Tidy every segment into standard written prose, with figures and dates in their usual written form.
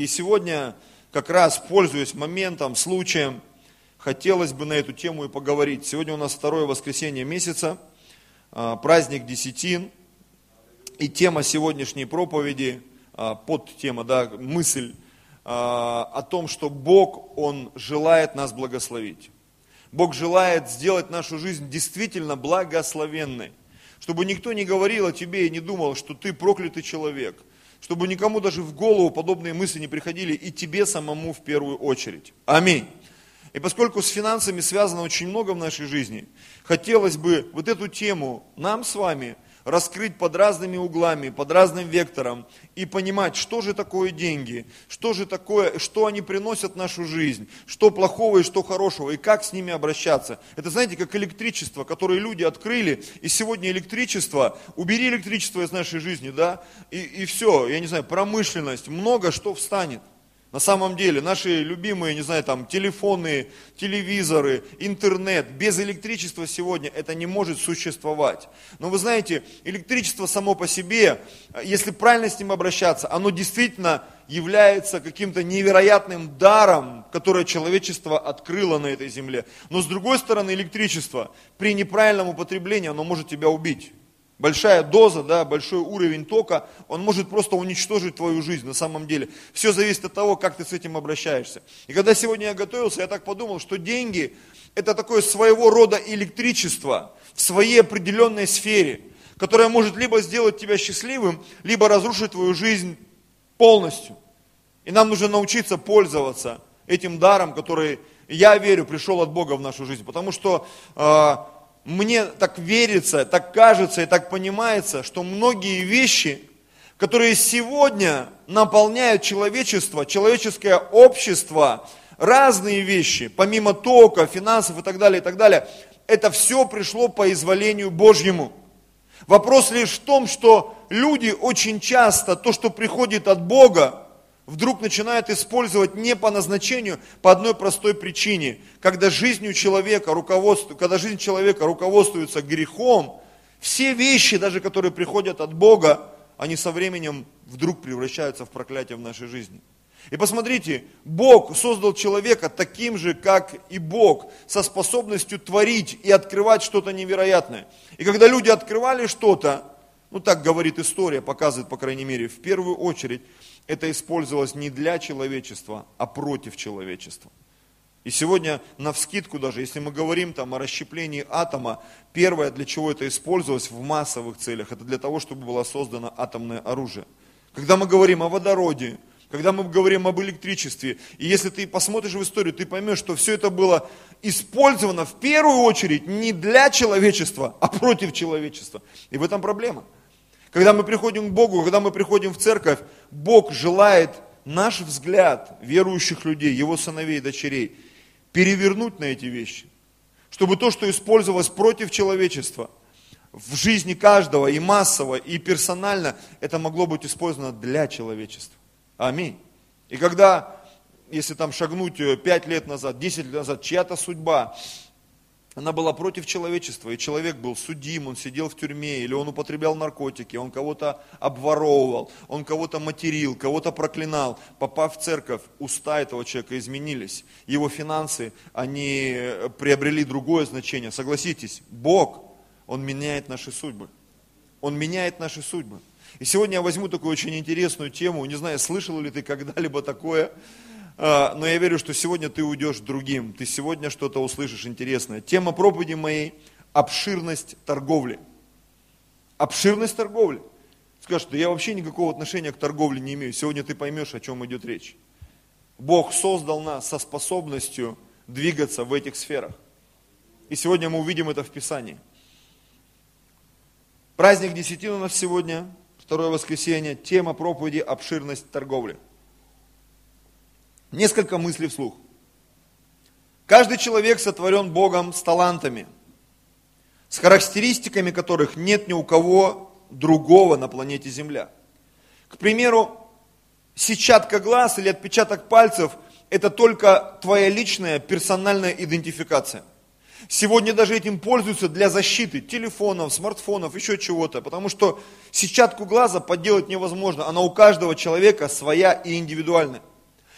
И сегодня, как раз пользуясь моментом, случаем, хотелось бы на эту тему и поговорить. Сегодня у нас второе воскресенье месяца, праздник Десятин. И тема сегодняшней проповеди, подтема, мысль о том, что Бог, Он желает нас благословить. Бог желает сделать нашу жизнь действительно благословенной. Чтобы никто не говорил о тебе и не думал, что ты проклятый человек. Чтобы никому даже в голову подобные мысли не приходили, и тебе самому в первую очередь. Аминь. И поскольку с финансами связано очень много в нашей жизни, хотелось бы вот эту тему нам с вами раскрыть под разными углами, под разным вектором и понимать, что же такое деньги, что же такое, что они приносят в нашу жизнь, что плохого и что хорошего, и как с ними обращаться. Это, знаете, как электричество, которое люди открыли, и сегодня электричество, убери электричество из нашей жизни, и все, я не знаю, промышленность, много что встанет. На самом деле, наши любимые, телефоны, телевизоры, интернет, без электричества сегодня это не может существовать. Но вы знаете, электричество само по себе, если правильно с ним обращаться, оно действительно является каким-то невероятным даром, которое человечество открыло на этой земле. Но с другой стороны, электричество при неправильном употреблении, оно может тебя убить. Большая доза, большой уровень тока, он может просто уничтожить твою жизнь на самом деле. Все зависит от того, как ты с этим обращаешься. И когда сегодня я готовился, я так подумал, что деньги это такое своего рода электричество в своей определенной сфере, которое может либо сделать тебя счастливым, либо разрушить твою жизнь полностью. И нам нужно научиться пользоваться этим даром, который, я верю, пришел от Бога в нашу жизнь. Потому что мне так верится, так кажется и так понимается, что многие вещи, которые сегодня наполняют человечество, человеческое общество, разные вещи, помимо тока, финансов и так далее, это все пришло по изволению Божьему. Вопрос лишь в том, что люди очень часто то, что приходит от Бога, вдруг начинают использовать не по назначению, по одной простой причине. Когда жизнь человека руководствуется грехом, все вещи, даже которые приходят от Бога, они со временем вдруг превращаются в проклятие в нашей жизни. И посмотрите, Бог создал человека таким же, как и Бог, со способностью творить и открывать что-то невероятное. И когда люди открывали что-то, так говорит история, показывает, по крайней мере, в первую очередь, это использовалось не для человечества, а против человечества. И сегодня, навскидку даже, если мы говорим о расщеплении атома, первое, для чего это использовалось в массовых целях, это для того, чтобы было создано атомное оружие. Когда мы говорим о водороде, когда мы говорим об электричестве, и если ты посмотришь в историю, ты поймешь, что все это было использовано в первую очередь не для человечества, а против человечества. И в этом проблема. Когда мы приходим к Богу, когда мы приходим в церковь, Бог желает наш взгляд верующих людей, Его сыновей и дочерей, перевернуть на эти вещи. Чтобы то, что использовалось против человечества, в жизни каждого и массово, и персонально, это могло быть использовано для человечества. Аминь. И когда, если шагнуть 5 лет назад, 10 лет назад, чья-то судьба, она была против человечества, и человек был судим, он сидел в тюрьме, или он употреблял наркотики, он кого-то обворовывал, он кого-то материл, кого-то проклинал. Попав в церковь, уста этого человека изменились, его финансы, они приобрели другое значение. Согласитесь, Бог, Он меняет наши судьбы. Он меняет наши судьбы. И сегодня я возьму такую очень интересную тему, не знаю, слышал ли ты когда-либо такое, но я верю, что сегодня ты уйдешь другим, ты сегодня что-то услышишь интересное. Тема проповеди моей – обширность торговли. Обширность торговли. Скажешь, да я вообще никакого отношения к торговле не имею. Сегодня ты поймешь, о чем идет речь. Бог создал нас со способностью двигаться в этих сферах. И сегодня мы увидим это в Писании. Праздник Десятин у нас сегодня, второе воскресенье, тема проповеди – обширность торговли. Несколько мыслей вслух. Каждый человек сотворен Богом с талантами, с характеристиками которых нет ни у кого другого на планете Земля. К примеру, сетчатка глаз или отпечаток пальцев – это только твоя личная персональная идентификация. Сегодня даже этим пользуются для защиты телефонов, смартфонов, еще чего-то, потому что сетчатку глаза подделать невозможно, она у каждого человека своя и индивидуальная.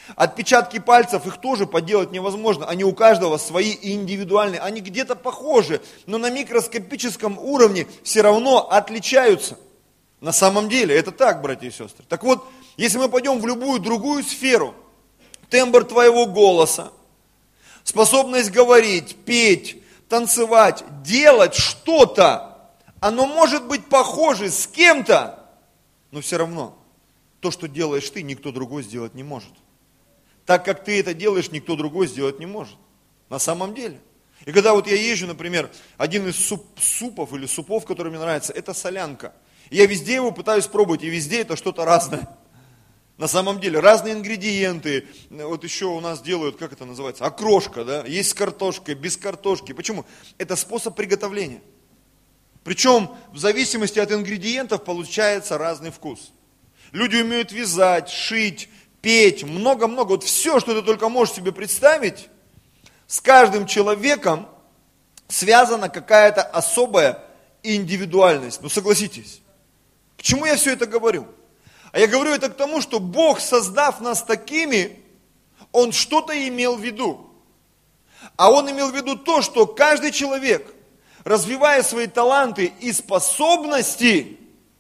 Отпечатки пальцев, их тоже подделать невозможно. Они у каждого свои и индивидуальные. Они где-то похожи, но на микроскопическом уровне все равно отличаются. На самом деле, это так, братья и сестры. Так вот, если мы пойдем в любую другую сферу, тембр твоего голоса, способность говорить, петь, танцевать, делать что-то, оно может быть похоже с кем-то, но все равно то, что делаешь ты, никто другой сделать не может. Так как ты это делаешь, никто другой сделать не может. На самом деле. И когда вот я езжу, например, один из супов или супов, который мне нравится, это солянка. И я везде его пытаюсь пробовать, и везде это что-то разное. На самом деле, разные ингредиенты. Вот еще у нас делают, как это называется, окрошка, да? Есть с картошкой, без картошки. Почему? Это способ приготовления. Причем в зависимости от ингредиентов получается разный вкус. Люди умеют вязать, шить, петь, много-много. Вот все, что ты только можешь себе представить, с каждым человеком связана какая-то особая индивидуальность. Ну согласитесь. К чему я все это говорю? А я говорю это к тому, что Бог, создав нас такими, Он что-то имел в виду. А Он имел в виду то, что каждый человек, развивая свои таланты и способности,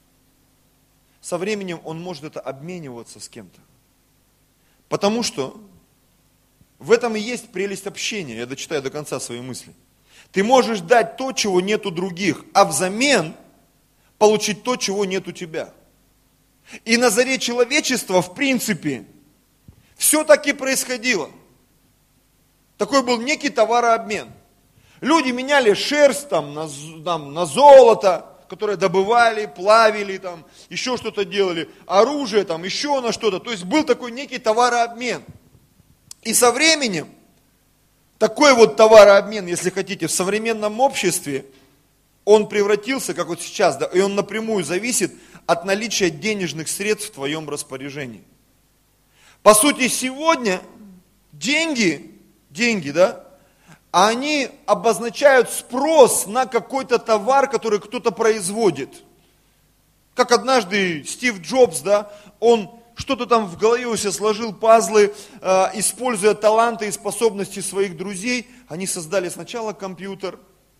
со временем он может это обмениваться с кем-то. Потому что в этом и есть прелесть общения. Я дочитаю до конца свои мысли. Ты можешь дать то, чего нет у других, а взамен получить то, чего нет у тебя. И на заре человечества, в принципе, все так и происходило. Такой был некий товарообмен. Люди меняли шерсть на золото, которое добывали, плавили, еще что-то делали, оружие, еще на что-то. То есть был такой некий товарообмен. И со временем такой вот товарообмен, если хотите, в современном обществе, он превратился, как вот сейчас, да, и он напрямую зависит от наличия денежных средств в твоем распоряжении. По сути, сегодня деньги, да, они обозначают спрос на какой-то товар, который кто-то производит. Как однажды Стив Джобс, да, он что-то там в голове у себя сложил, пазлы, используя таланты и способности своих друзей, они создали сначала компьютер,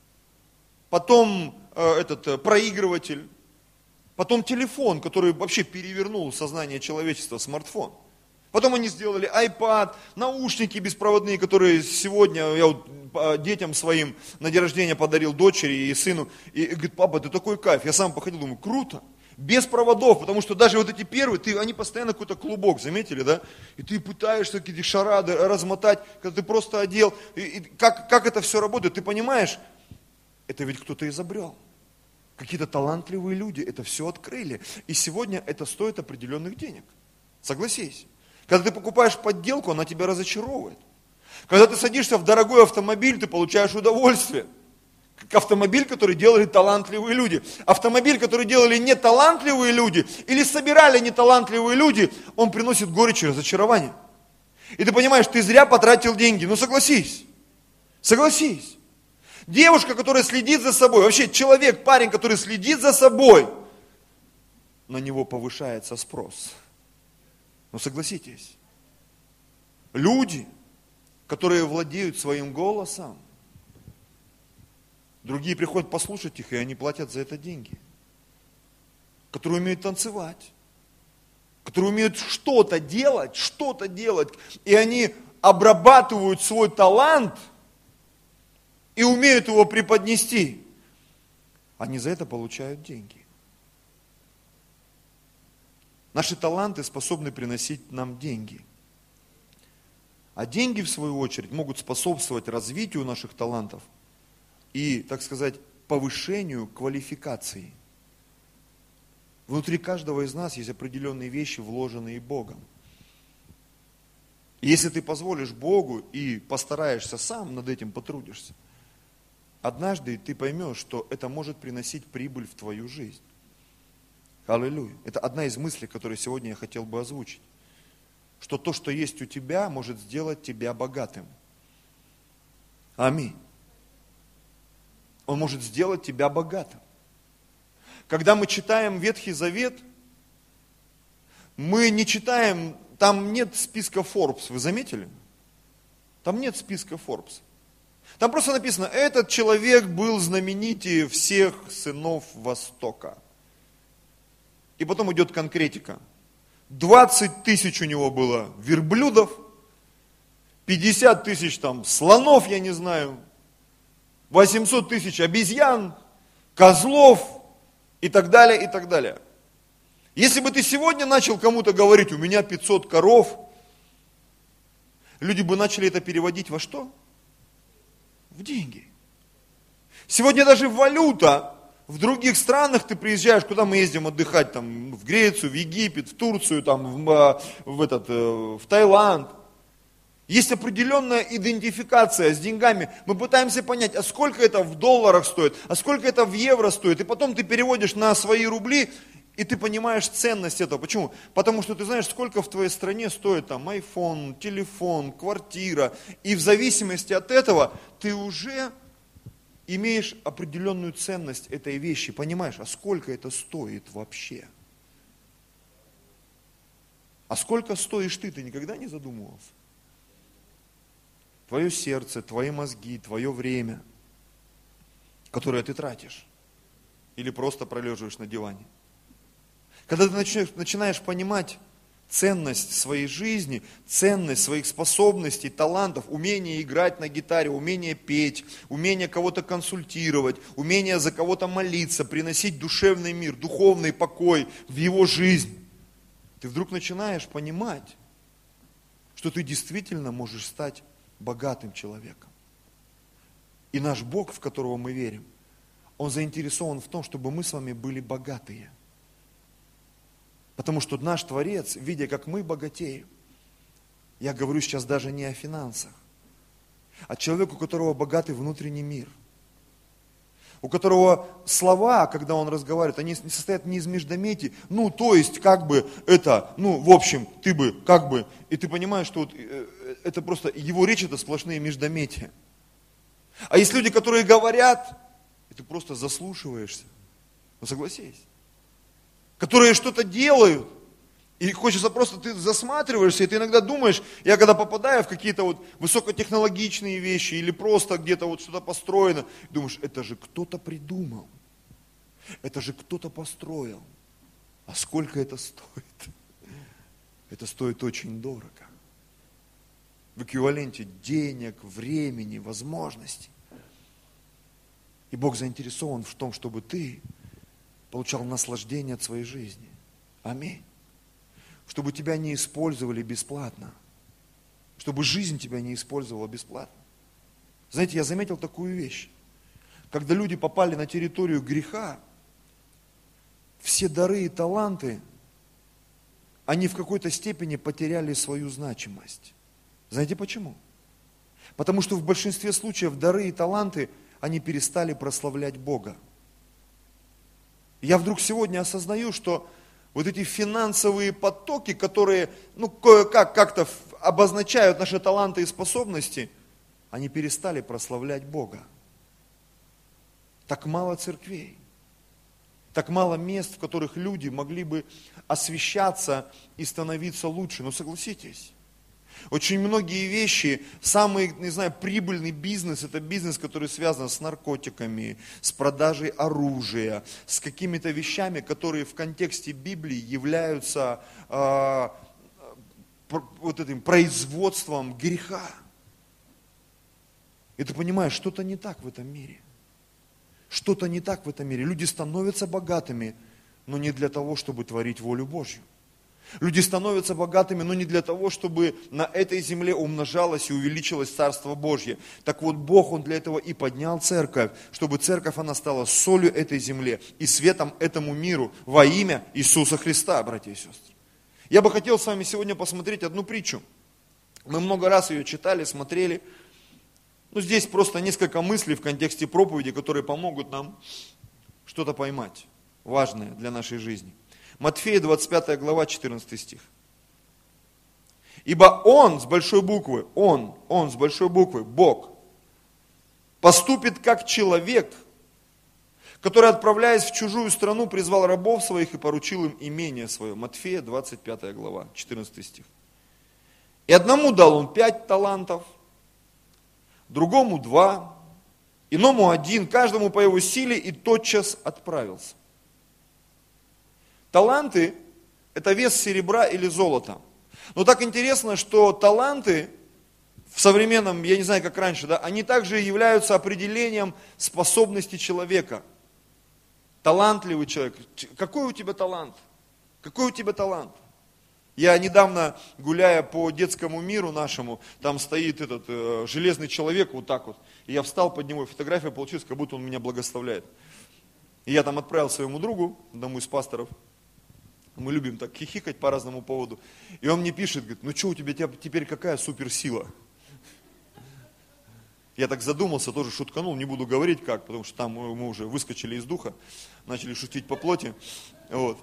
потом проигрыватель, потом телефон, который вообще перевернул сознание человечества, смартфон. Потом они сделали iPad, наушники беспроводные, которые сегодня я вот детям своим на день рождения подарил, дочери и сыну. И говорит, папа, это такой кайф. Я сам походил, думаю, круто. Без проводов, потому что даже вот эти первые, они постоянно какой-то клубок, заметили, да? И ты пытаешься какие-то шарады размотать, когда ты просто одел. И как это все работает, ты понимаешь? Это ведь кто-то изобрел. Какие-то талантливые люди это все открыли. И сегодня это стоит определенных денег. Согласись. Когда ты покупаешь подделку, она тебя разочаровывает. Когда ты садишься в дорогой автомобиль, ты получаешь удовольствие. Как автомобиль, который делали талантливые люди. Автомобиль, который делали неталантливые люди, или собирали неталантливые люди, он приносит горечь и разочарование. И ты понимаешь, ты зря потратил деньги. Ну согласись. Согласись. Девушка, которая следит за собой, вообще человек, парень, который следит за собой, на него повышается спрос. Ну согласитесь, люди, которые владеют своим голосом, другие приходят послушать их, и они платят за это деньги. Которые умеют танцевать, которые умеют что-то делать, и они обрабатывают свой талант и умеют его преподнести. Они за это получают деньги. Наши таланты способны приносить нам деньги. А деньги, в свою очередь, могут способствовать развитию наших талантов и, так сказать, повышению квалификации. Внутри каждого из нас есть определенные вещи, вложенные Богом. И если ты позволишь Богу и постараешься сам над этим потрудишься, однажды ты поймешь, что это может приносить прибыль в твою жизнь. Аллилуйя. Это одна из мыслей, которые сегодня я хотел бы озвучить. Что то, что есть у тебя, может сделать тебя богатым. Аминь. Он может сделать тебя богатым. Когда мы читаем Ветхий Завет, мы не читаем там нет списка Forbes, вы заметили? Там нет списка Forbes. Там просто написано, этот человек был знаменитее всех сынов Востока. И потом идет конкретика. 20 тысяч у него было верблюдов, 50 тысяч там слонов, я не знаю, 800 тысяч обезьян, козлов и так далее, и так далее. Если бы ты сегодня начал кому-то говорить, у меня 500 коров, люди бы начали это переводить во что? В деньги. Сегодня даже валюта. В других странах ты приезжаешь, куда мы ездим отдыхать, там, в Грецию, в Египет, в Турцию, там, в Таиланд. Есть определенная идентификация с деньгами. Мы пытаемся понять, а сколько это в долларах стоит, а сколько это в евро стоит. И потом ты переводишь на свои рубли, и ты понимаешь ценность этого. Почему? Потому что ты знаешь, сколько в твоей стране стоит там айфон, телефон, квартира. И в зависимости от этого ты уже имеешь определенную ценность этой вещи, понимаешь, а сколько это стоит вообще? А сколько стоишь ты никогда не задумывался? Твое сердце, твои мозги, твое время, которое ты тратишь, или просто пролеживаешь на диване. Когда ты начинаешь понимать ценность своей жизни, ценность своих способностей, талантов, умение играть на гитаре, умение петь, умение кого-то консультировать, умение за кого-то молиться, приносить душевный мир, духовный покой в его жизнь, ты вдруг начинаешь понимать, что ты действительно можешь стать богатым человеком. И наш Бог, в которого мы верим, Он заинтересован в том, чтобы мы с вами были богатые. Потому что наш Творец, видя, как мы богатеем, я говорю сейчас даже не о финансах, а человеку, у которого богатый внутренний мир, у которого слова, когда он разговаривает, они не состоят не из междометий, то есть, как бы, это, в общем, ты бы, как бы, и ты понимаешь, что вот это просто, его речь это сплошные междометия. А есть люди, которые говорят, и ты просто заслушиваешься, согласись, которые что-то делают, и хочется просто, ты засматриваешься, и ты иногда думаешь, я когда попадаю в какие-то вот высокотехнологичные вещи, или просто где-то вот что-то построено, думаешь, это же кто-то придумал, это же кто-то построил, а сколько это стоит? Это стоит очень дорого. В эквиваленте денег, времени, возможностей. И Бог заинтересован в том, чтобы ты получал наслаждение от своей жизни. Аминь. Чтобы тебя не использовали бесплатно. Чтобы жизнь тебя не использовала бесплатно. Знаете, я заметил такую вещь. Когда люди попали на территорию греха, все дары и таланты, они в какой-то степени потеряли свою значимость. Знаете почему? Потому что в большинстве случаев дары и таланты, они перестали прославлять Бога. Я вдруг сегодня осознаю, что вот эти финансовые потоки, которые, как-то обозначают наши таланты и способности, они перестали прославлять Бога. Так мало церквей, так мало мест, в которых люди могли бы освещаться и становиться лучше. Но согласитесь, очень многие вещи, самый, прибыльный бизнес, это бизнес, который связан с наркотиками, с продажей оружия, с какими-то вещами, которые в контексте Библии являются вот этим производством греха. И ты понимаешь, что-то не так в этом мире. Что-то не так в этом мире. Люди становятся богатыми, но не для того, чтобы творить волю Божью. Люди становятся богатыми, но не для того, чтобы на этой земле умножалось и увеличилось Царство Божье. Так вот, Бог, Он для этого и поднял церковь, чтобы церковь, она стала солью этой земле и светом этому миру во имя Иисуса Христа, братья и сестры. Я бы хотел с вами сегодня посмотреть одну притчу. Мы много раз ее читали, смотрели. Здесь просто несколько мыслей в контексте проповеди, которые помогут нам что-то поймать, важное для нашей жизни. Матфея 25 глава, 14 стих. Ибо Он с большой буквы, Он с большой буквы, Бог, поступит как человек, который, отправляясь в чужую страну, призвал рабов своих и поручил им имение свое. Матфея 25 глава, 14 стих. И одному дал он 5 талантов, другому 2, иному 1, каждому по его силе, и тотчас отправился. Таланты – это вес серебра или золота. Но так интересно, что таланты в современном, я не знаю, как раньше, да, они также являются определением способности человека. Талантливый человек. Какой у тебя талант? Какой у тебя талант? Я недавно, гуляя по детскому миру нашему, там стоит этот железный человек вот так вот. И я встал под него, и фотография получилась, как будто он меня благословляет. И я там отправил своему другу, одному из пасторов. Мы любим так хихикать по разному поводу. И он мне пишет, говорит, ну что у тебя теперь какая суперсила? Я так задумался, тоже шутканул, не буду говорить как, потому что там мы уже выскочили из духа, начали шутить по плоти. Вот.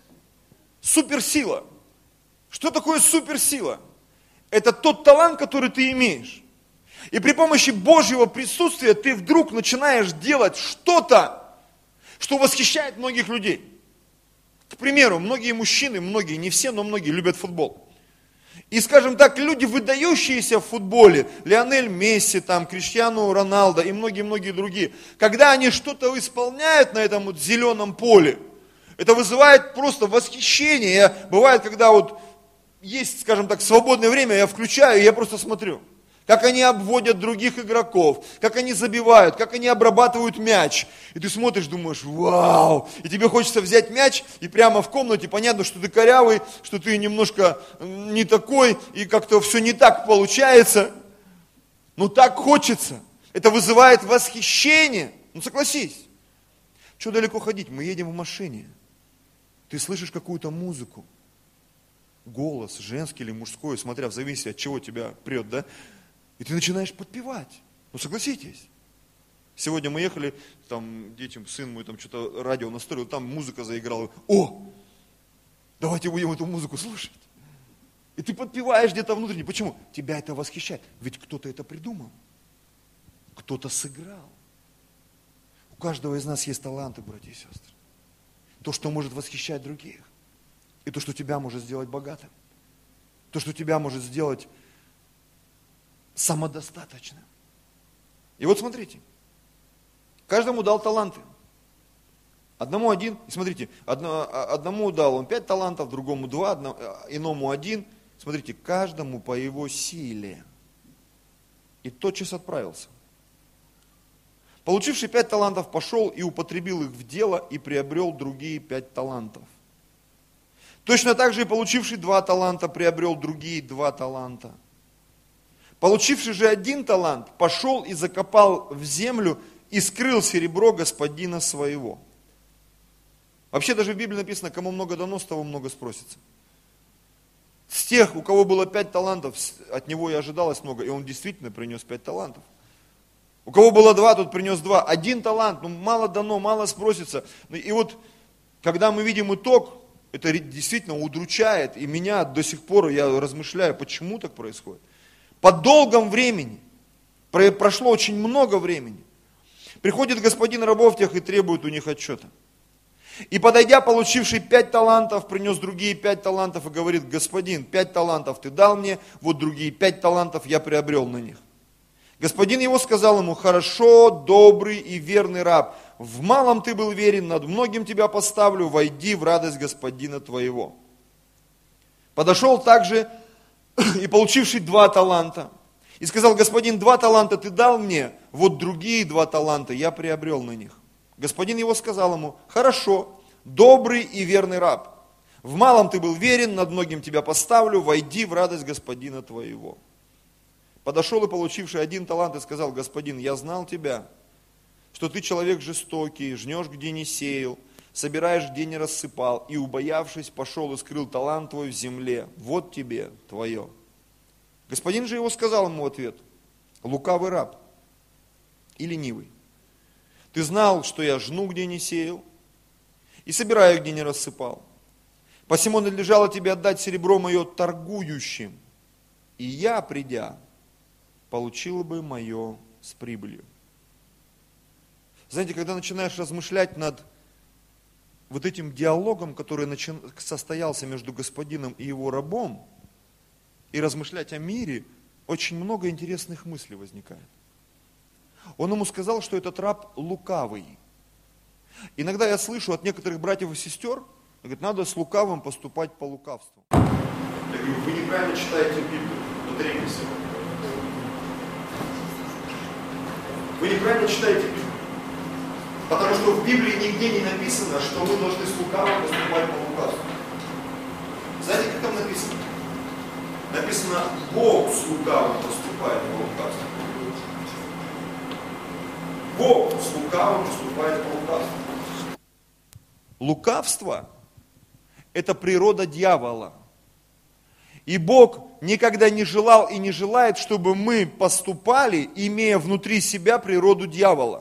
Суперсила. Что такое суперсила? Это тот талант, который ты имеешь. И при помощи Божьего присутствия ты вдруг начинаешь делать что-то, что восхищает многих людей. К примеру, многие мужчины, многие, не все, но многие любят футбол. И, скажем так, люди, выдающиеся в футболе, Лионель Месси, там, Криштиану Роналдо и многие-многие другие, когда они что-то исполняют на этом вот зеленом поле, это вызывает просто восхищение. Бывает, когда вот есть, скажем так, свободное время, я включаю, и я просто смотрю, как они обводят других игроков, как они забивают, как они обрабатывают мяч. И ты смотришь, думаешь, вау, и тебе хочется взять мяч, и прямо в комнате понятно, что ты корявый, что ты немножко не такой, и как-то все не так получается. Но так хочется. Это вызывает восхищение. Ну согласись. Что далеко ходить? Мы едем в машине. Ты слышишь какую-то музыку. Голос, женский или мужской, смотря в зависимости от чего тебя прет, да? И ты начинаешь подпевать. Ну согласитесь. Сегодня мы ехали, там детям, сын мой там что-то радио настроил, там музыка заиграла. О, давайте будем эту музыку слушать. И ты подпеваешь где-то внутренне. Почему? Тебя это восхищает. Ведь кто-то это придумал. Кто-то сыграл. У каждого из нас есть таланты, братья и сестры. То, что может восхищать других. И то, что тебя может сделать богатым. То, что тебя может сделать самодостаточным. И вот смотрите. Каждому дал таланты. Одному 1. И смотрите, одному дал он 5 талантов, другому 2, иному 1. Смотрите, каждому по его силе. И тотчас отправился. Получивший 5 талантов пошел и употребил их в дело и приобрел другие 5 талантов. Точно так же и получивший 2 таланта приобрел другие 2 таланта. Получивший же 1 талант пошел и закопал в землю и скрыл серебро господина своего. Вообще даже в Библии написано, кому много дано, с того много спросится. С тех, у кого было 5 талантов, от него и ожидалось много, и он действительно принес 5 талантов. У кого было 2, тот принес 2. 1 талант, ну мало дано, мало спросится. И вот, когда мы видим итог, это действительно удручает, и меня до сих пор, я размышляю, почему так происходит. По долгом времени, прошло очень много времени, приходит господин рабов тех и требует у них отчета. И подойдя, получивший 5 талантов, принес другие 5 талантов и говорит, господин, 5 талантов ты дал мне, вот другие 5 талантов я приобрел на них. Господин его сказал ему, хорошо, добрый и верный раб, в малом ты был верен, над многим тебя поставлю, войди в радость господина твоего. Подошел также и получивший 2 таланта, и сказал, господин, 2 таланта ты дал мне, вот другие 2 таланта я приобрел на них. Господин его сказал ему, хорошо, добрый и верный раб, в малом ты был верен, над многим тебя поставлю, войди в радость господина твоего. Подошел и получивший 1 талант и сказал, господин, я знал тебя, что ты человек жестокий, жнешь, где не сеял, собираешь, где не рассыпал, и, убоявшись, пошел и скрыл талант твой в земле, вот тебе твое. Господин же его сказал ему в ответ, лукавый раб и ленивый, ты знал, что я жну, где не сеял, и собираю, где не рассыпал. Посему надлежало тебе отдать серебро мое торгующим, и я, придя, получил бы мое с прибылью. Знаете, когда начинаешь размышлять над вот этим диалогом, который состоялся между господином и его рабом, и размышлять о мире, очень много интересных мыслей возникает. Он ему сказал, что этот раб лукавый. Иногда я слышу от некоторых братьев и сестер, говорят, надо с лукавым поступать по лукавству. Я говорю, вы неправильно читаете Библию, батарейки сегодня. Вы неправильно читаете Библию. Потому что в Библии нигде не написано, что мы должны с лукавым поступать по лукавству. Знаете, как там написано? Написано, Бог с лукавым поступает по лукавству. Бог с лукавым поступает по лукавству. Лукавство – это природа дьявола. И Бог никогда не желал и не желает, чтобы мы поступали, имея внутри себя природу дьявола.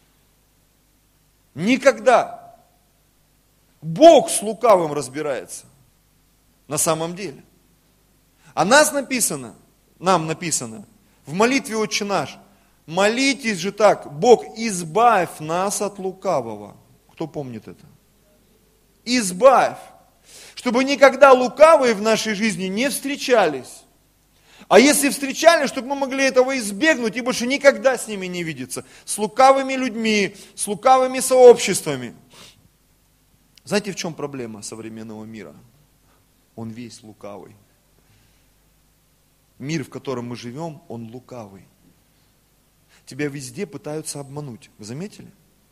Никогда. Бог с лукавым разбирается. На самом деле. А нам написано, в молитве «Отче наш», молитесь же так, Бог, избавь нас от лукавого. Кто помнит это? Избавь. Чтобы никогда лукавые в нашей жизни не встречались. А если встречались, чтобы мы могли этого избегнуть и больше никогда с ними не видеться. С лукавыми людьми, с лукавыми сообществами. Знаете, в чем проблема современного мира? Он весь лукавый. Мир, в котором мы живем, он лукавый. Тебя везде пытаются обмануть. Вы заметили?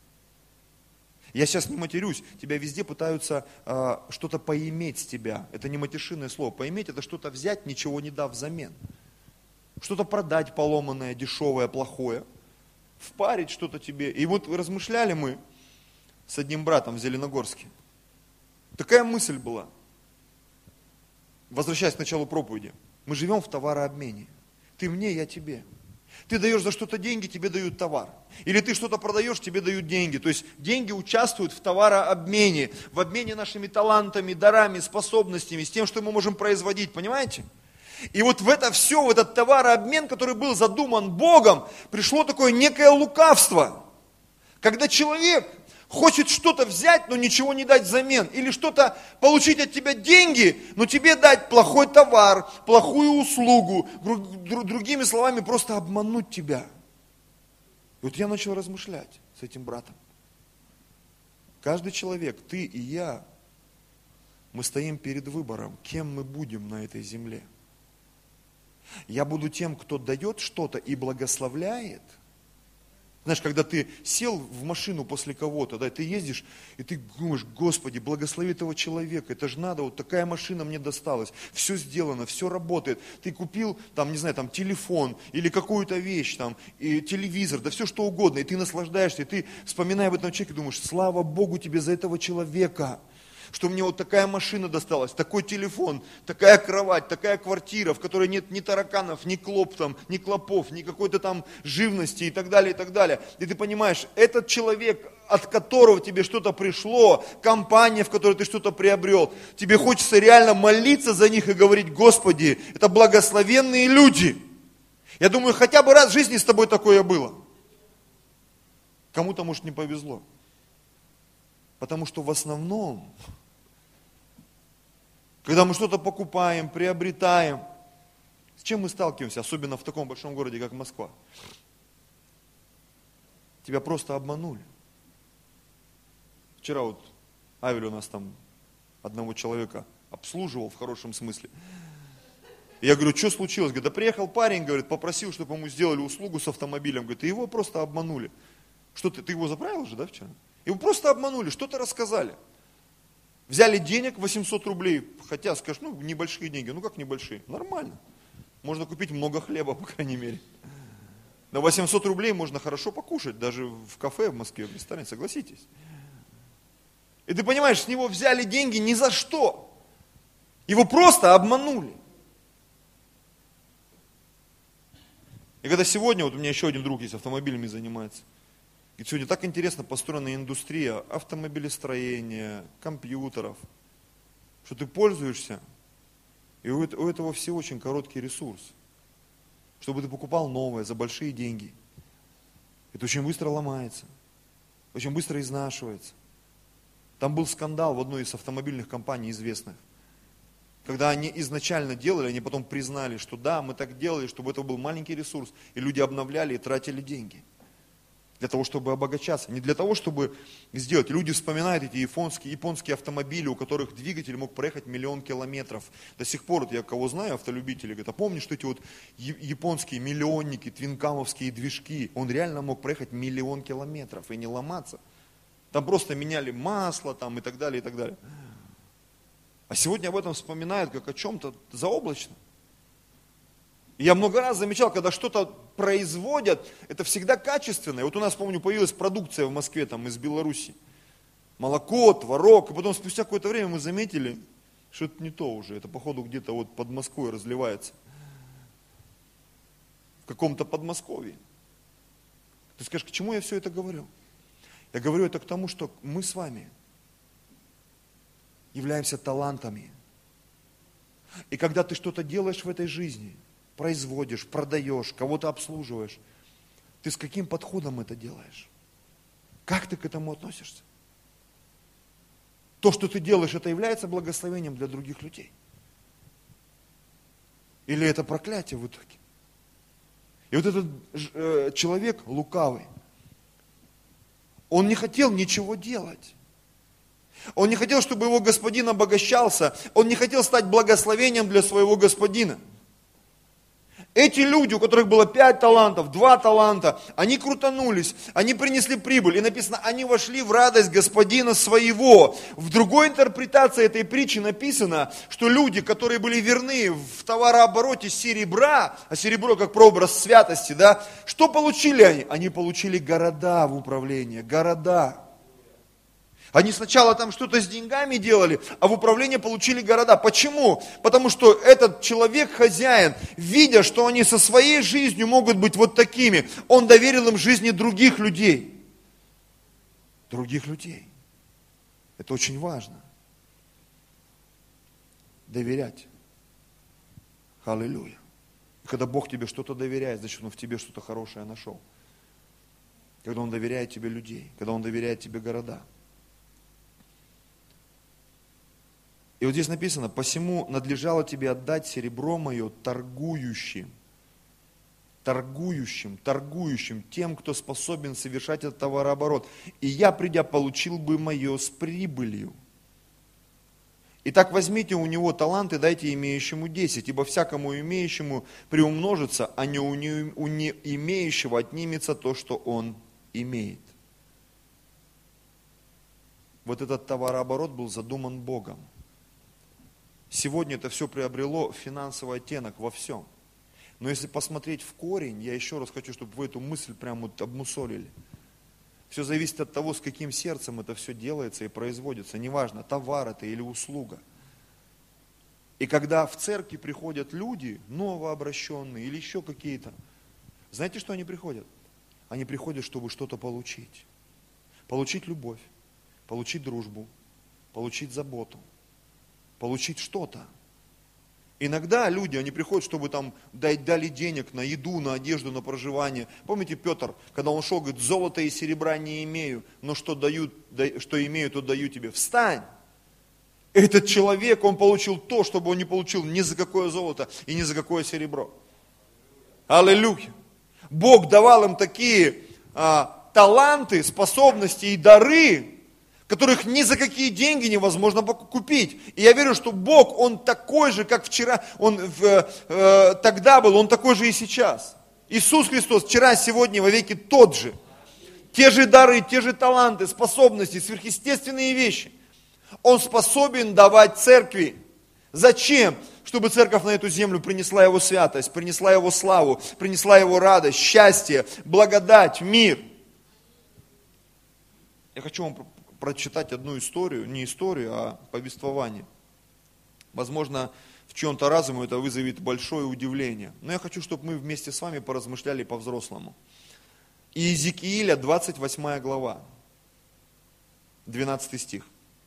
Я сейчас не матерюсь. Тебя везде пытаются что-то поиметь с тебя. Это не матершинное слово. Поиметь – это что-то взять, ничего не дав взамен. Что-то продать поломанное, дешевое, плохое. Впарить что-то тебе. И вот размышляли мы с одним братом в Зеленогорске. Такая мысль была. Возвращаясь к началу проповеди. Мы живем в товарообмене. Ты мне, я тебе. Ты даешь за что-то деньги, тебе дают товар. Или ты что-то продаешь, тебе дают деньги. То есть деньги участвуют в товарообмене, в обмене нашими талантами, дарами, способностями, с тем, что мы можем производить, понимаете? И вот в это все, в этот товарообмен, который был задуман Богом, пришло такое некое лукавство. Когда человек хочет что-то взять, но ничего не дать взамен. Или что-то получить от тебя деньги, но тебе дать плохой товар, плохую услугу. Другими словами, просто обмануть тебя. И вот я начал размышлять с этим братом. Каждый человек, ты и я, мы стоим перед выбором, кем мы будем на этой земле. Я буду тем, кто дает что-то и благословляет. Знаешь, когда ты сел в машину после кого-то, да, ты ездишь, и ты думаешь, Господи, благослови этого человека, это же надо, вот такая машина мне досталась, все сделано, все работает. Ты купил, там, не знаю, там, телефон или какую-то вещь, там, и телевизор, да все что угодно, и ты наслаждаешься, и ты, вспоминая об этом человеке, думаешь, слава Богу тебе за этого человека, что мне вот такая машина досталась, такой телефон, такая кровать, такая квартира, в которой нет ни тараканов, ни ни клопов, ни какой-то там живности и так далее, и так далее. И ты понимаешь, этот человек, от которого тебе что-то пришло, компания, в которой ты что-то приобрел, тебе хочется реально молиться за них и говорить, Господи, это благословенные люди. Я думаю, хотя бы раз в жизни с тобой такое было. Кому-то, может, не повезло. Потому что в основном, когда мы что-то покупаем, приобретаем, с чем мы сталкиваемся, особенно в таком большом городе, как Москва? Тебя просто обманули. Вчера вот Авель у нас там одного человека обслуживал в хорошем смысле. Я говорю, что случилось? Говорит, да приехал парень, говорит, попросил, чтобы ему сделали услугу с автомобилем. Говорит, и его просто обманули. Что ты его заправил же, да, вчера? Его просто обманули, что-то рассказали. Взяли денег 800 рублей, хотя, скажешь, небольшие деньги. Ну как небольшие? Нормально. Можно купить много хлеба, по крайней мере. На 800 рублей можно хорошо покушать, даже в кафе в Москве, в ресторане, согласитесь. И ты понимаешь, с него взяли деньги ни за что. Его просто обманули. И когда сегодня, вот у меня еще один друг есть, автомобилями занимается. И сегодня так интересно построена индустрия автомобилестроения, компьютеров, что ты пользуешься, и у этого всего очень короткий ресурс, чтобы ты покупал новое за большие деньги. Это очень быстро ломается, очень быстро изнашивается. Там был скандал в одной из автомобильных компаний известных. Когда они изначально делали, они потом признали, что да, мы так делали, чтобы это был маленький ресурс, и люди обновляли и тратили деньги. Для того, чтобы обогащаться, не для того, чтобы сделать. Люди вспоминают эти японские автомобили, у которых двигатель мог проехать 1 000 000 километров. До сих пор, я кого знаю, автолюбители, говорят, а помнишь, что эти вот японские миллионники, твинкамовские движки, он реально мог проехать 1 000 000 километров и не ломаться. Там просто меняли масло там, и так далее, и так далее. А сегодня об этом вспоминают как о чем-то заоблачном. И я много раз замечал, когда что-то производят, это всегда качественно. И вот у нас, помню, появилась продукция в Москве там, из Беларуси. Молоко, творог. И потом спустя какое-то время мы заметили, что это не то уже. Это, походу, где-то вот под Москвой разливается. В каком-то Подмосковье. Ты скажешь, к чему я все это говорю? Я говорю это к тому, что мы с вами являемся талантами. И когда ты что-то делаешь в этой жизни, производишь, продаешь, кого-то обслуживаешь, ты с каким подходом это делаешь? Как ты к этому относишься? То, что ты делаешь, это является благословением для других людей? Или это проклятие в итоге? И вот этот человек лукавый, он не хотел ничего делать. Он не хотел, чтобы его господин обогащался. Он не хотел стать благословением для своего господина. Эти люди, у которых было 5 талантов, 2 таланта, они крутанулись, они принесли прибыль. И написано, они вошли в радость господина своего. В другой интерпретации этой притчи написано, что люди, которые были верны в товарообороте серебра, а серебро как прообраз святости, да, что получили они? Они получили города в управление, города. Они сначала там что-то с деньгами делали, а в управление получили города. Почему? Потому что этот человек, хозяин, видя, что они со своей жизнью могут быть вот такими, он доверил им жизни других людей. Других людей. Это очень важно. Доверять. Аллилуйя. Когда Бог тебе что-то доверяет, значит, Он в тебе что-то хорошее нашел. Когда Он доверяет тебе людей, когда Он доверяет тебе города. И вот здесь написано, посему надлежало тебе отдать серебро мое торгующим, тем, кто способен совершать этот товарооборот. И я, придя, получил бы мое с прибылью. Итак, возьмите у него талант и дайте имеющему 10, ибо всякому имеющему приумножится, а не у не имеющего отнимется то, что он имеет. Вот этот товарооборот был задуман Богом. Сегодня это все приобрело финансовый оттенок во всем. Но если посмотреть в корень, я еще раз хочу, чтобы вы эту мысль прям вот обмусолили. Все зависит от того, с каким сердцем это все делается и производится. Неважно, товар это или услуга. И когда в церкви приходят люди, новообращенные или еще какие-то, знаете, что они приходят? Они приходят, чтобы что-то получить. Получить любовь, получить дружбу, получить заботу. Получить что-то. Иногда люди, они приходят, чтобы там дали денег на еду, на одежду, на проживание. Помните Петр, когда он шел, говорит, золота и серебра не имею, но что имею, то даю тебе. Встань! Этот человек, он получил то, чтобы он не получил ни за какое золото и ни за какое серебро. Аллилуйя! Бог давал им такие таланты, способности и дары, которых ни за какие деньги невозможно купить. И я верю, что Бог, Он такой же, как вчера, Он тогда был, Он такой же и сейчас. Иисус Христос вчера, сегодня, и вовеки тот же. Те же дары, те же таланты, способности, сверхъестественные вещи. Он способен давать церкви. Зачем? Чтобы церковь на эту землю принесла Его святость, принесла Его славу, принесла Его радость, счастье, благодать, мир. Я хочу вам прочитать одну историю, не историю, а повествование. Возможно, в чьем-то разуме это вызовет большое удивление. Но я хочу, чтобы мы вместе с вами поразмышляли по-взрослому. Иезекииля, 28 глава, 12 стих.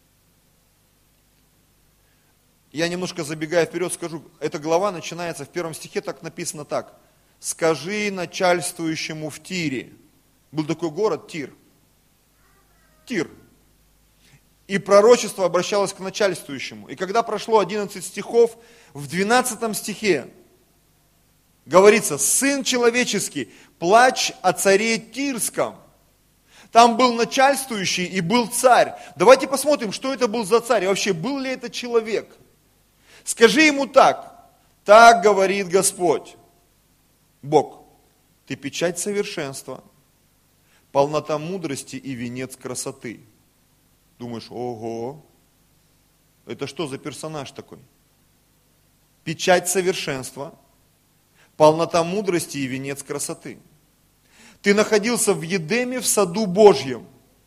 Я немножко забегая вперед скажу, эта глава начинается в 1 стихе, так написано так. «Скажи начальствующему в Тире». Был такой город Тир. Тир. И пророчество обращалось к начальствующему. И когда прошло 11 стихов, в 12 стихе говорится: «Сын человеческий, плачь о царе Тирском». Там был начальствующий и был царь. Давайте посмотрим, что это был за царь. И вообще, был ли это человек? Скажи ему так: так говорит Господь, Бог, ты печать совершенства, полнота мудрости и венец красоты. Думаешь, ого, это что за персонаж такой? Печать совершенства, полнота мудрости и венец красоты. Ты находился в Едеме, в саду Божьем.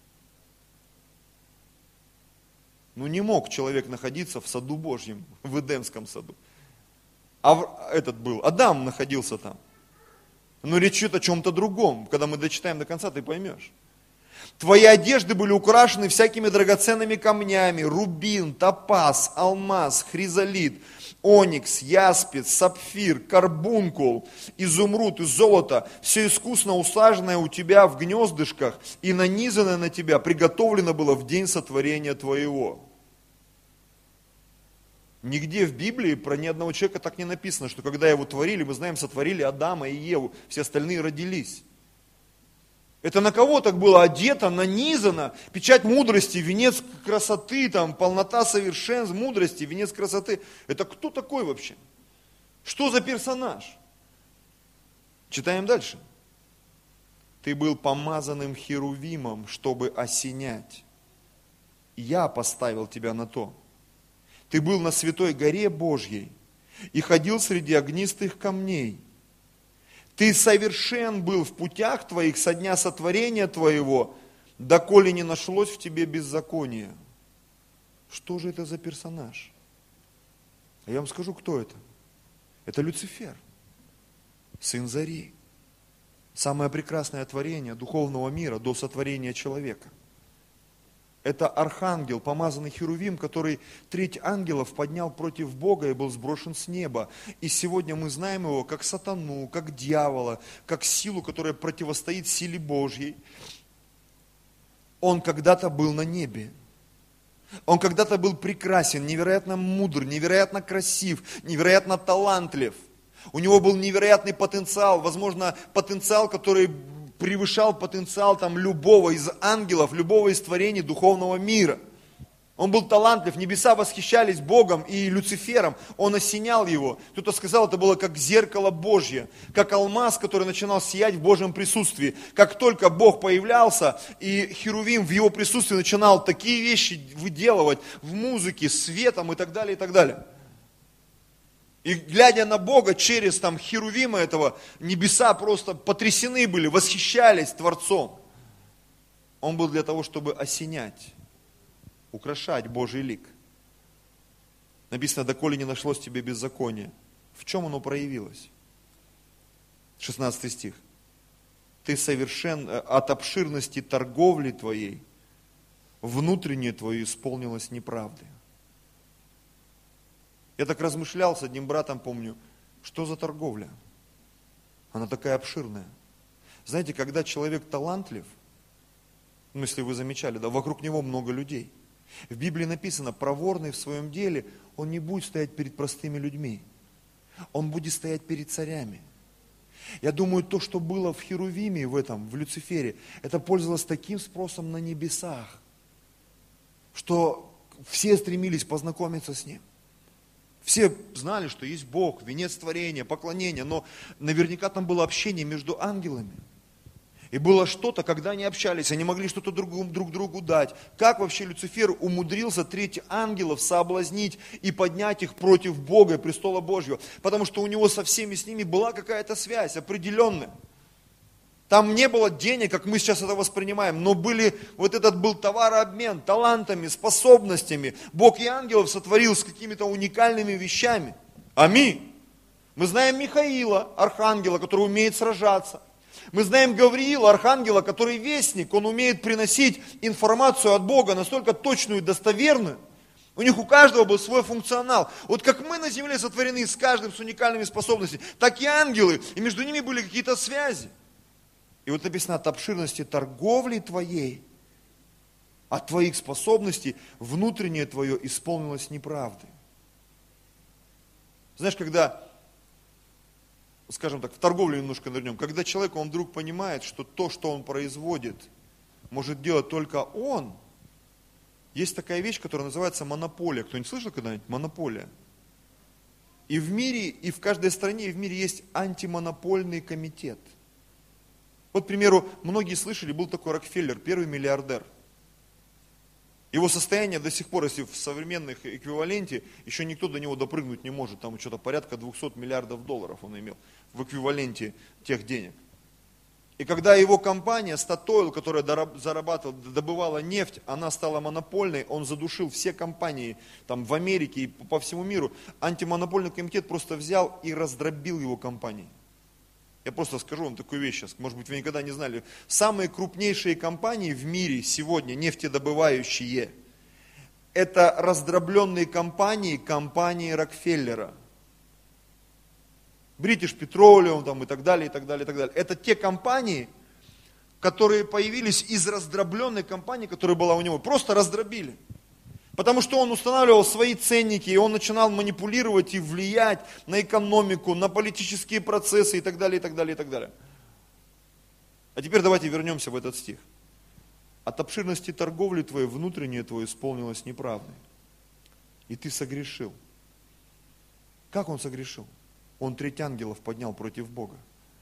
Ну не мог человек находиться в саду Божьем, в Эдемском саду. Адам находился там. Но речь идет о чем-то другом. Когда мы дочитаем до конца, ты поймешь. Твои одежды были украшены всякими драгоценными камнями: рубин, топаз, алмаз, хризолит, оникс, яспис, сапфир, карбункул, изумруд и золото. Все искусно усаженное у тебя в гнездышках и нанизанное на тебя приготовлено было в день сотворения твоего. Нигде в Библии про ни одного человека так не написано, что когда его творили, мы знаем, сотворили Адама и Еву, все остальные родились. Это на кого так было одето, нанизано, печать мудрости, венец красоты, там, полнота совершенств, мудрости, венец красоты. Это кто такой вообще? Что за персонаж? Читаем дальше. Ты был помазанным херувимом, чтобы осенять. Я поставил тебя на то. Ты был на святой горе Божьей и ходил среди огнистых камней. Ты совершен был в путях твоих со дня сотворения твоего, доколе не нашлось в тебе беззакония. Что же это за персонаж? А я вам скажу, кто это. Это Люцифер, сын зари. Самое прекрасное творение духовного мира до сотворения человека. Это архангел, помазанный херувим, который треть ангелов поднял против Бога и был сброшен с неба. И сегодня мы знаем его как сатану, как дьявола, как силу, которая противостоит силе Божьей. Он когда-то был на небе. Он когда-то был прекрасен, невероятно мудр, невероятно красив, невероятно талантлив. У него был невероятный потенциал, возможно, потенциал, который превышал потенциал там любого из ангелов, любого из творений духовного мира. Он был талантлив, небеса восхищались Богом и Люцифером, он осенял его. Кто-то сказал, это было как зеркало Божье, как алмаз, который начинал сиять в Божьем присутствии. Как только Бог появлялся, и херувим в его присутствии начинал такие вещи выделывать в музыке, светом и так далее, и так далее. И глядя на Бога через там херувима этого, небеса просто потрясены были, восхищались Творцом. Он был для того, чтобы осенять, украшать Божий лик. Написано, доколе не нашлось тебе беззакония. В чем оно проявилось? 16 стих. Ты совершен от обширности торговли твоей, внутреннее твое исполнилось неправды. Я так размышлял с одним братом, помню, что за торговля? Она такая обширная. Знаете, когда человек талантлив, ну если вы замечали, да, вокруг него много людей. В Библии написано, проворный в своем деле, он не будет стоять перед простыми людьми. Он будет стоять перед царями. Я думаю, то, что было в Херувиме, в Люцифере, это пользовалось таким спросом на небесах, что все стремились познакомиться с ним. Все знали, что есть Бог, венец творения, поклонения, но наверняка там было общение между ангелами. И было что-то, когда они общались, они могли что-то друг другу дать. Как вообще Люцифер умудрился треть ангелов соблазнить и поднять их против Бога и престола Божьего? Потому что у него со всеми с ними была какая-то связь определенная. Там не было денег, как мы сейчас это воспринимаем, но был товарообмен, талантами, способностями. Бог и ангелов сотворил с какими-то уникальными вещами. Аминь. Мы знаем Михаила, архангела, который умеет сражаться. Мы знаем Гавриила, архангела, который вестник, он умеет приносить информацию от Бога настолько точную и достоверную. У них у каждого был свой функционал. Вот как мы на земле сотворены с каждым с уникальными способностями, так и ангелы, и между ними были какие-то связи. И вот написано, от обширности торговли твоей от твоих способностей внутреннее твое исполнилось неправдой. Знаешь, когда, скажем так, в торговлю немножко нырнем, когда человек, он вдруг понимает, что то, что он производит, может делать только он, есть такая вещь, которая называется монополия. Кто-нибудь слышал когда-нибудь? Монополия. И в мире, и в каждой стране, и в мире есть антимонопольный комитет. Вот, к примеру, многие слышали, был такой Рокфеллер, первый миллиардер. Его состояние до сих пор, если в современных эквиваленте, еще никто до него допрыгнуть не может. Там что-то порядка 200 миллиардов долларов он имел в эквиваленте тех денег. И когда его компания Statoil, которая добывала нефть, она стала монопольной, он задушил все компании там, в Америке и по всему миру. Антимонопольный комитет просто взял и раздробил его компании. Я просто скажу вам такую вещь сейчас, может быть, вы никогда не знали. Самые крупнейшие компании в мире сегодня, нефтедобывающие, это раздробленные компании, компании Рокфеллера. British Petroleum там, и так далее, и так далее, и так далее. Это те компании, которые появились из раздробленной компании, которая была у него. Просто раздробили. Потому что он устанавливал свои ценники, и он начинал манипулировать и влиять на экономику, на политические процессы и так далее, и так далее, и так далее. А теперь давайте вернемся в этот стих. От обширности торговли твоей внутреннее твое исполнилось неправдой. И ты согрешил. Как он согрешил? Он 3 ангелов поднял против Бога.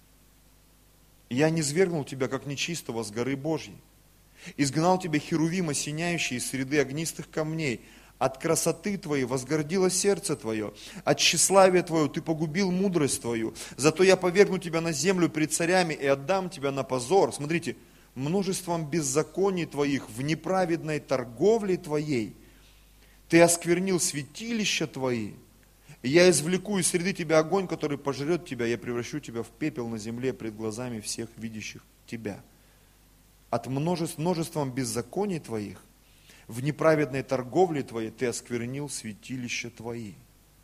Я низвергнул тебя, как нечистого, с горы Божьей. Изгнал тебя херувим, осеняющий из среды огнистых камней. От красоты твоей возгордилось сердце твое. От тщеславия твоего ты погубил мудрость твою. Зато я повергну тебя на землю пред царями и отдам тебя на позор. Смотрите, множеством беззаконий твоих в неправедной торговле твоей ты осквернил святилища твои. И я извлеку из среды тебя огонь, который пожрет тебя. Я превращу тебя в пепел на земле пред глазами всех видящих тебя. От множеством беззаконий твоих, в неправедной торговле твоей ты осквернил святилища твои.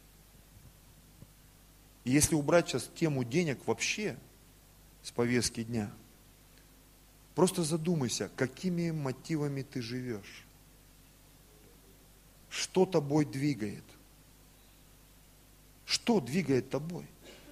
И если убрать сейчас тему денег вообще с повестки дня, просто задумайся, какими мотивами ты живешь. Что тобой двигает? Что двигает тобой?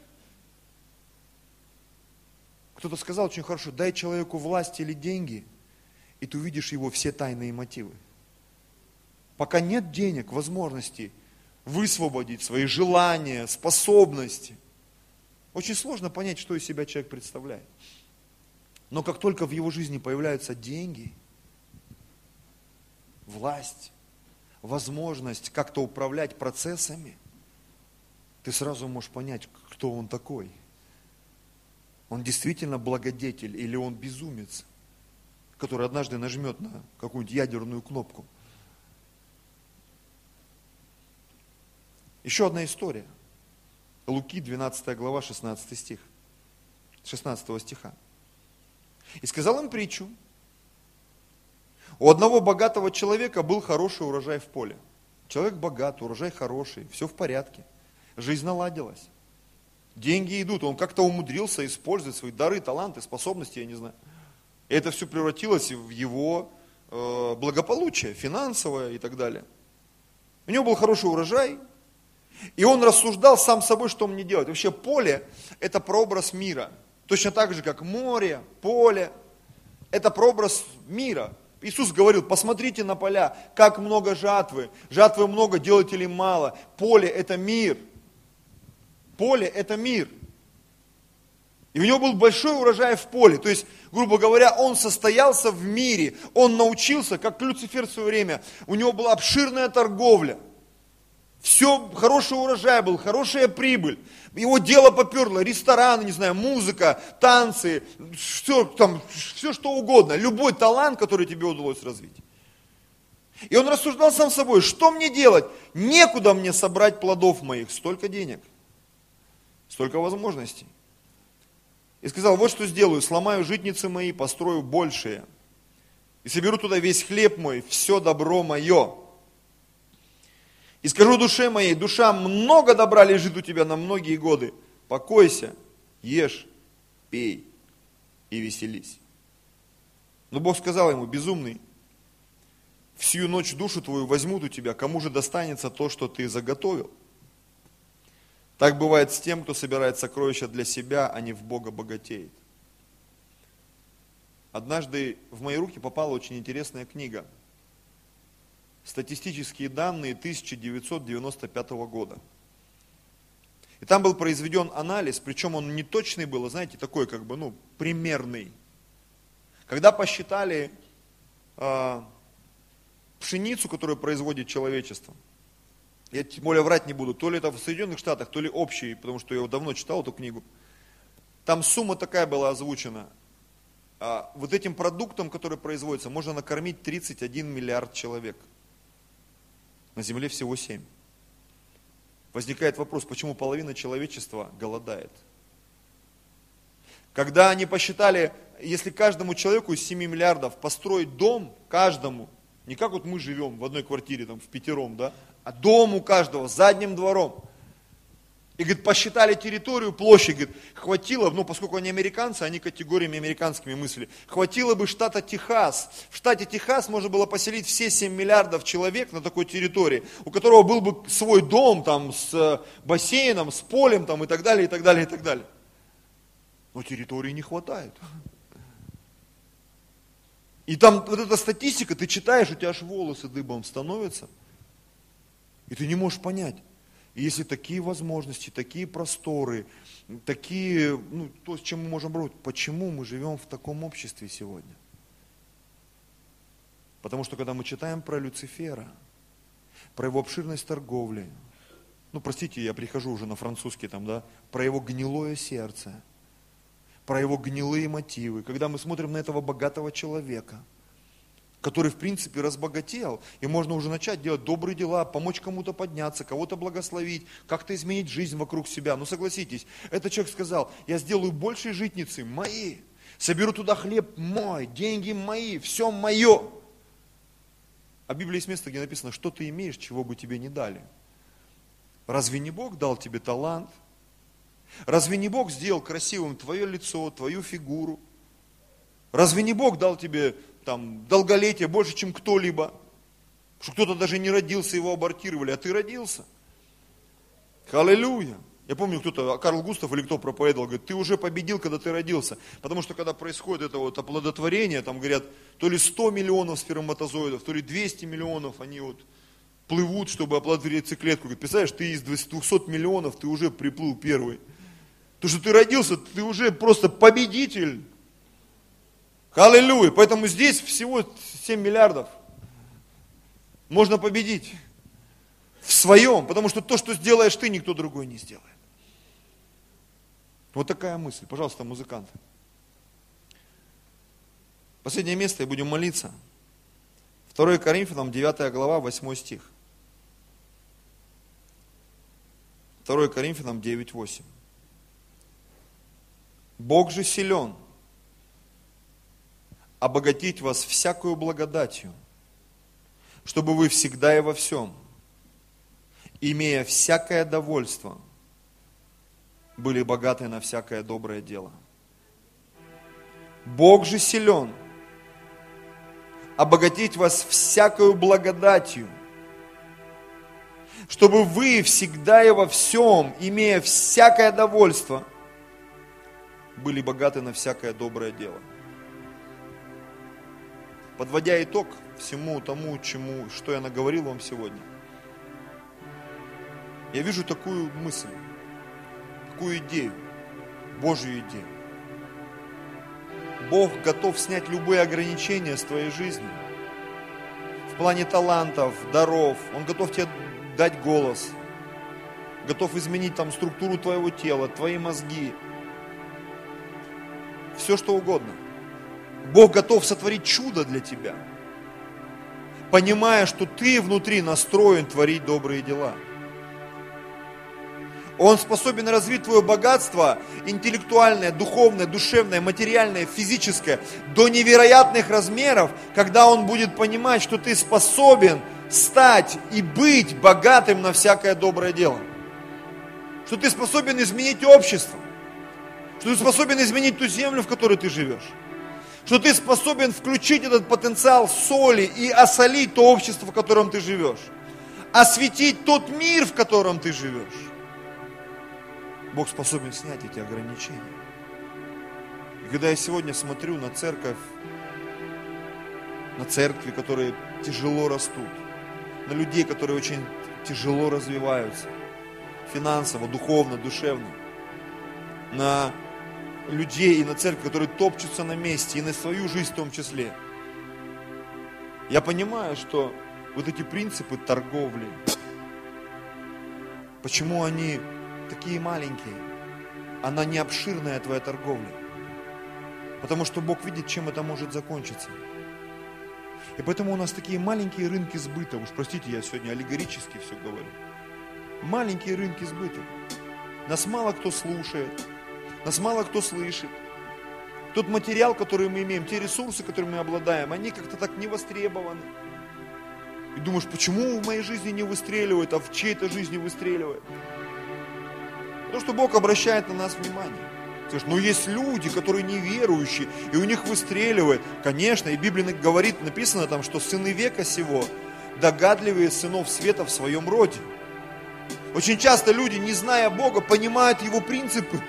Кто-то сказал очень хорошо, дай человеку власть или деньги, и ты увидишь его все тайные мотивы. Пока нет денег, возможности высвободить свои желания, способности, очень сложно понять, что из себя человек представляет. Но как только в его жизни появляются деньги, власть, возможность как-то управлять процессами, ты сразу можешь понять, кто он такой. Он действительно благодетель или он безумец, который однажды нажмет на какую-нибудь ядерную кнопку. Еще одна история. Луки, 12 глава, 16 стих. 16 стиха. И сказал им притчу. У одного богатого человека был хороший урожай в поле. Человек богат, урожай хороший, все в порядке. Жизнь наладилась. Деньги идут, он как-то умудрился использовать свои дары, таланты, способности, я не знаю. И это все превратилось в его благополучие, финансовое и так далее. У него был хороший урожай, и он рассуждал сам собой, что мне делать. Вообще поле – это прообраз мира. Точно так же, как море, поле – это прообраз мира. Иисус говорил, посмотрите на поля, как много жатвы. Жатвы много, делателей мало. Поле – это мир. Поле – это мир. И у него был большой урожай в поле. То есть, грубо говоря, он состоялся в мире. Он научился, как Люцифер в свое время. У него была обширная торговля. Все, хороший урожай был, хорошая прибыль. Его дело поперло, рестораны, не знаю, музыка, танцы, все что угодно. Любой талант, который тебе удалось развить. И он рассуждал сам собой, что мне делать? Некуда мне собрать плодов моих, столько денег. Столько возможностей. И сказал, вот что сделаю, сломаю житницы мои, построю большие. И соберу туда весь хлеб мой, все добро мое. И скажу душе моей, душа, много добра лежит у тебя на многие годы. Покойся, ешь, пей и веселись. Но Бог сказал ему, безумный, всю ночь душу твою возьмут у тебя, кому же достанется то, что ты заготовил? Так бывает с тем, кто собирает сокровища для себя, а не в Бога богатеет. Однажды в мои руки попала очень интересная книга. Статистические данные 1995 года. И там был произведен анализ, причем он не точный был, а знаете, такой примерный. Когда посчитали пшеницу, которую производит человечество, я тем более врать не буду, то ли это в Соединенных Штатах, то ли общий, потому что я давно читал эту книгу, там сумма такая была озвучена. Вот этим продуктом, который производится, можно накормить 31 миллиард человек. На Земле всего 7. Возникает вопрос, почему половина человечества голодает? Когда они посчитали, если каждому человеку из 7 миллиардов построить дом, каждому, не как вот мы живем в одной квартире, там, в пятером, да, а дом у каждого, с задним двором. И, говорит, посчитали территорию, площадь, говорит, хватило, поскольку они американцы, они категориями американскими мыслили, хватило бы штата Техас. В штате Техас можно было поселить все 7 миллиардов человек на такой территории, у которого был бы свой дом там, с бассейном, с полем там, и так далее, и так далее, и так далее. Но территории не хватает. И там вот эта статистика, ты читаешь, у тебя аж волосы дыбом становятся, и ты не можешь понять. И если такие возможности, такие просторы, такие, то, с чем мы можем бороться, почему мы живем в таком обществе сегодня? Потому что когда мы читаем про Люцифера, про его обширность торговли, простите, я прихожу уже на французский там, да, про его гнилое сердце, про его гнилые мотивы, когда мы смотрим на этого богатого человека, который в принципе разбогател, и можно уже начать делать добрые дела, помочь кому-то подняться, кого-то благословить, как-то изменить жизнь вокруг себя. Согласитесь, этот человек сказал, я сделаю больше житницы мои, соберу туда хлеб мой, деньги мои, все мое. А в Библии есть место, где написано, что ты имеешь, чего бы тебе не дали. Разве не Бог дал тебе талант? Разве не Бог сделал красивым твое лицо, твою фигуру? Разве не Бог дал тебе долголетие больше, чем кто-либо? Что кто-то даже не родился, его абортировали, а ты родился. Аллилуйя. Я помню, кто-то, Карл Густав или кто проповедовал, говорит, ты уже победил, когда ты родился. Потому что когда происходит это оплодотворение, там говорят, то ли 100 миллионов сперматозоидов, то ли 200 миллионов, они плывут, чтобы оплодотворить яйцеклетку. Говорит, представляешь, ты из 200 миллионов, ты уже приплыл первый. То, что ты родился, ты уже просто победитель. Аллилуйя. Поэтому здесь всего 7 миллиардов. Можно победить в своем, потому что то, что сделаешь ты, никто другой не сделает. Вот такая мысль. Пожалуйста, музыканты. Последнее место, и будем молиться. 2 Коринфянам, 9 глава, 8 стих. 2 Коринфянам 9:8. Бог же силен обогатить вас всякую благодатью, чтобы вы всегда и во всем, имея всякое довольство, были богаты на всякое доброе дело. Бог же силен обогатить вас всякую благодатью, чтобы вы всегда и во всем, имея всякое довольство, были богаты на всякое доброе дело. Подводя итог всему тому, что я наговорил вам сегодня, я вижу такую мысль, такую идею, Божью идею. Бог готов снять любые ограничения с твоей жизни. В плане талантов, даров. Он готов тебе дать голос. Готов изменить структуру твоего тела, твои мозги. Все что угодно. Бог готов сотворить чудо для тебя, понимая, что ты внутри настроен творить добрые дела. Он способен развить твое богатство интеллектуальное, духовное, душевное, материальное, физическое до невероятных размеров, когда он будет понимать, что ты способен стать и быть богатым на всякое доброе дело. Что ты способен изменить общество. Что ты способен изменить ту землю, в которой ты живешь. Что ты способен включить этот потенциал соли и осолить то общество, в котором ты живешь. Осветить тот мир, в котором ты живешь. Бог способен снять эти ограничения. И когда я сегодня смотрю на церковь, на церкви, которые тяжело растут, на людей, которые очень тяжело развиваются, финансово, духовно, душевно, на людей и на церковь, которые топчутся на месте, и на свою жизнь в том числе. Я понимаю, что вот эти принципы торговли, почему они такие маленькие, она не обширная твоя торговля. Потому что Бог видит, чем это может закончиться. И поэтому у нас такие маленькие рынки сбыта. Уж простите, я сегодня аллегорически все говорю. Маленькие рынки сбыта. Нас мало кто слушает, нас мало кто слышит. Тот материал, который мы имеем, те ресурсы, которыми мы обладаем, они как-то так не востребованы. И думаешь, почему в моей жизни не выстреливает, а в чьей-то жизни выстреливает? Потому что Бог обращает на нас внимание. Слушай, ну есть люди, которые неверующие, и у них выстреливает. Конечно, и Библия говорит, написано там, что сыны века сего догадливее сынов света в своем роде. Очень часто люди, не зная Бога, понимают Его принципы.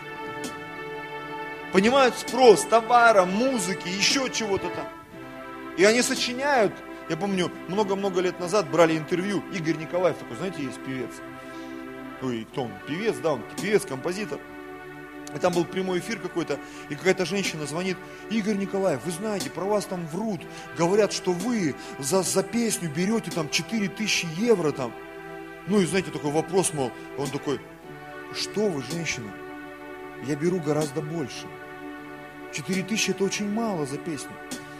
Понимают спрос товара, музыки, еще чего-то там. И они сочиняют. Я помню, много-много лет назад брали интервью. Игорь Николаев, такой, знаете, есть певец. Ой, кто он? Певец, да, он певец, композитор. И там был прямой эфир какой-то, и какая-то женщина звонит: Игорь Николаев, вы знаете, про вас там врут, говорят, что вы за песню берете там 4000 евро там. Ну и знаете, такой вопрос, мол, он такой: что вы, женщина, я беру гораздо больше. 4000 это очень мало за песню.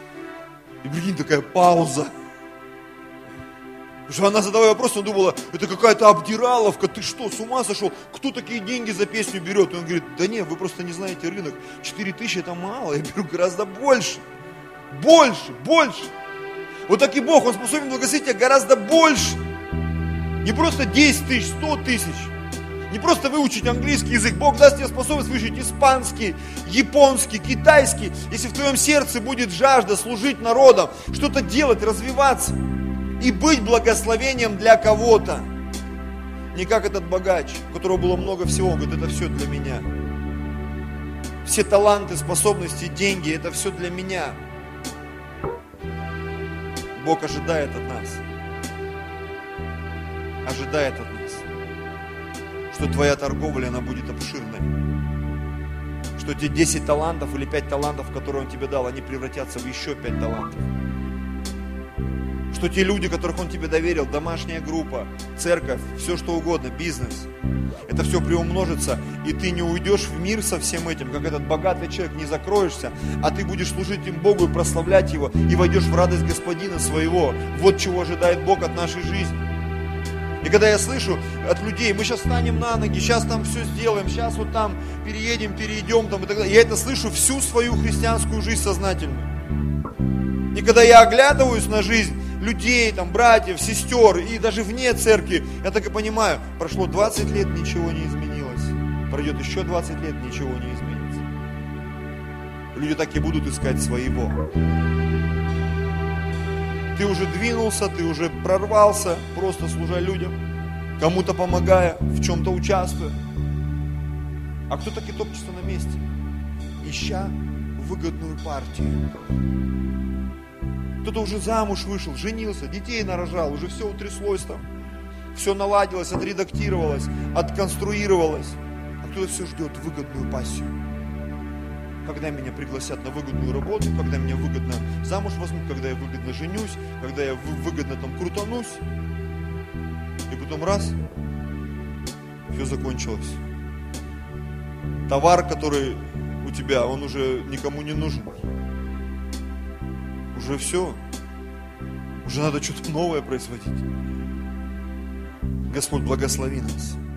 И прикинь, такая пауза. Потому что она, задавая вопрос, она думала, это какая-то обдираловка, ты что, с ума сошел? Кто такие деньги за песню берет? И он говорит, да нет, вы просто не знаете рынок. 4000 это мало, я беру гораздо больше. Больше, больше. Вот так и Бог, Он способен благословить тебя гораздо больше. Не просто 10 тысяч, 100 тысяч. Не просто выучить английский язык. Бог даст тебе способность выучить испанский, японский, китайский. Если в твоем сердце будет жажда служить народам, что-то делать, развиваться. И быть благословением для кого-то. Не как этот богач, у которого было много всего, он говорит, это все для меня. Все таланты, способности, деньги, это все для меня. Бог ожидает от нас. Ожидает от нас. Что твоя торговля, она будет обширной. Что те 10 талантов или 5 талантов, которые Он тебе дал, они превратятся в еще 5 талантов. Что те люди, которых Он тебе доверил, домашняя группа, церковь, все что угодно, бизнес, это все приумножится, и ты не уйдешь в мир со всем этим, как этот богатый человек, не закроешься, а ты будешь служить им Богу и прославлять Его, и войдешь в радость Господина своего. Вот чего ожидает Бог от нашей жизни. И когда я слышу от людей, мы сейчас встанем на ноги, сейчас там все сделаем, сейчас вот там перейдем там и так далее, я это слышу всю свою христианскую жизнь сознательно. И когда я оглядываюсь на жизнь людей, там, братьев, сестер и даже вне церкви, я так и понимаю, прошло 20 лет, ничего не изменилось. Пройдет еще 20 лет, ничего не изменится. Люди так и будут искать своего. Ты уже двинулся, ты уже прорвался, просто служа людям, кому-то помогая, в чем-то участвуя. А кто так и топчется на месте, ища выгодную партию. Кто-то уже замуж вышел, женился, детей нарожал, уже все утряслось там, все наладилось, отредактировалось, отконструировалось. А кто-то все ждет выгодную пассию. Когда меня пригласят на выгодную работу, когда меня выгодно замуж возьмут, когда я выгодно женюсь, когда я выгодно там крутанусь. И потом раз, все закончилось. Товар, который у тебя, он уже никому не нужен. Уже все. Уже надо что-то новое производить. Господь, благослови нас.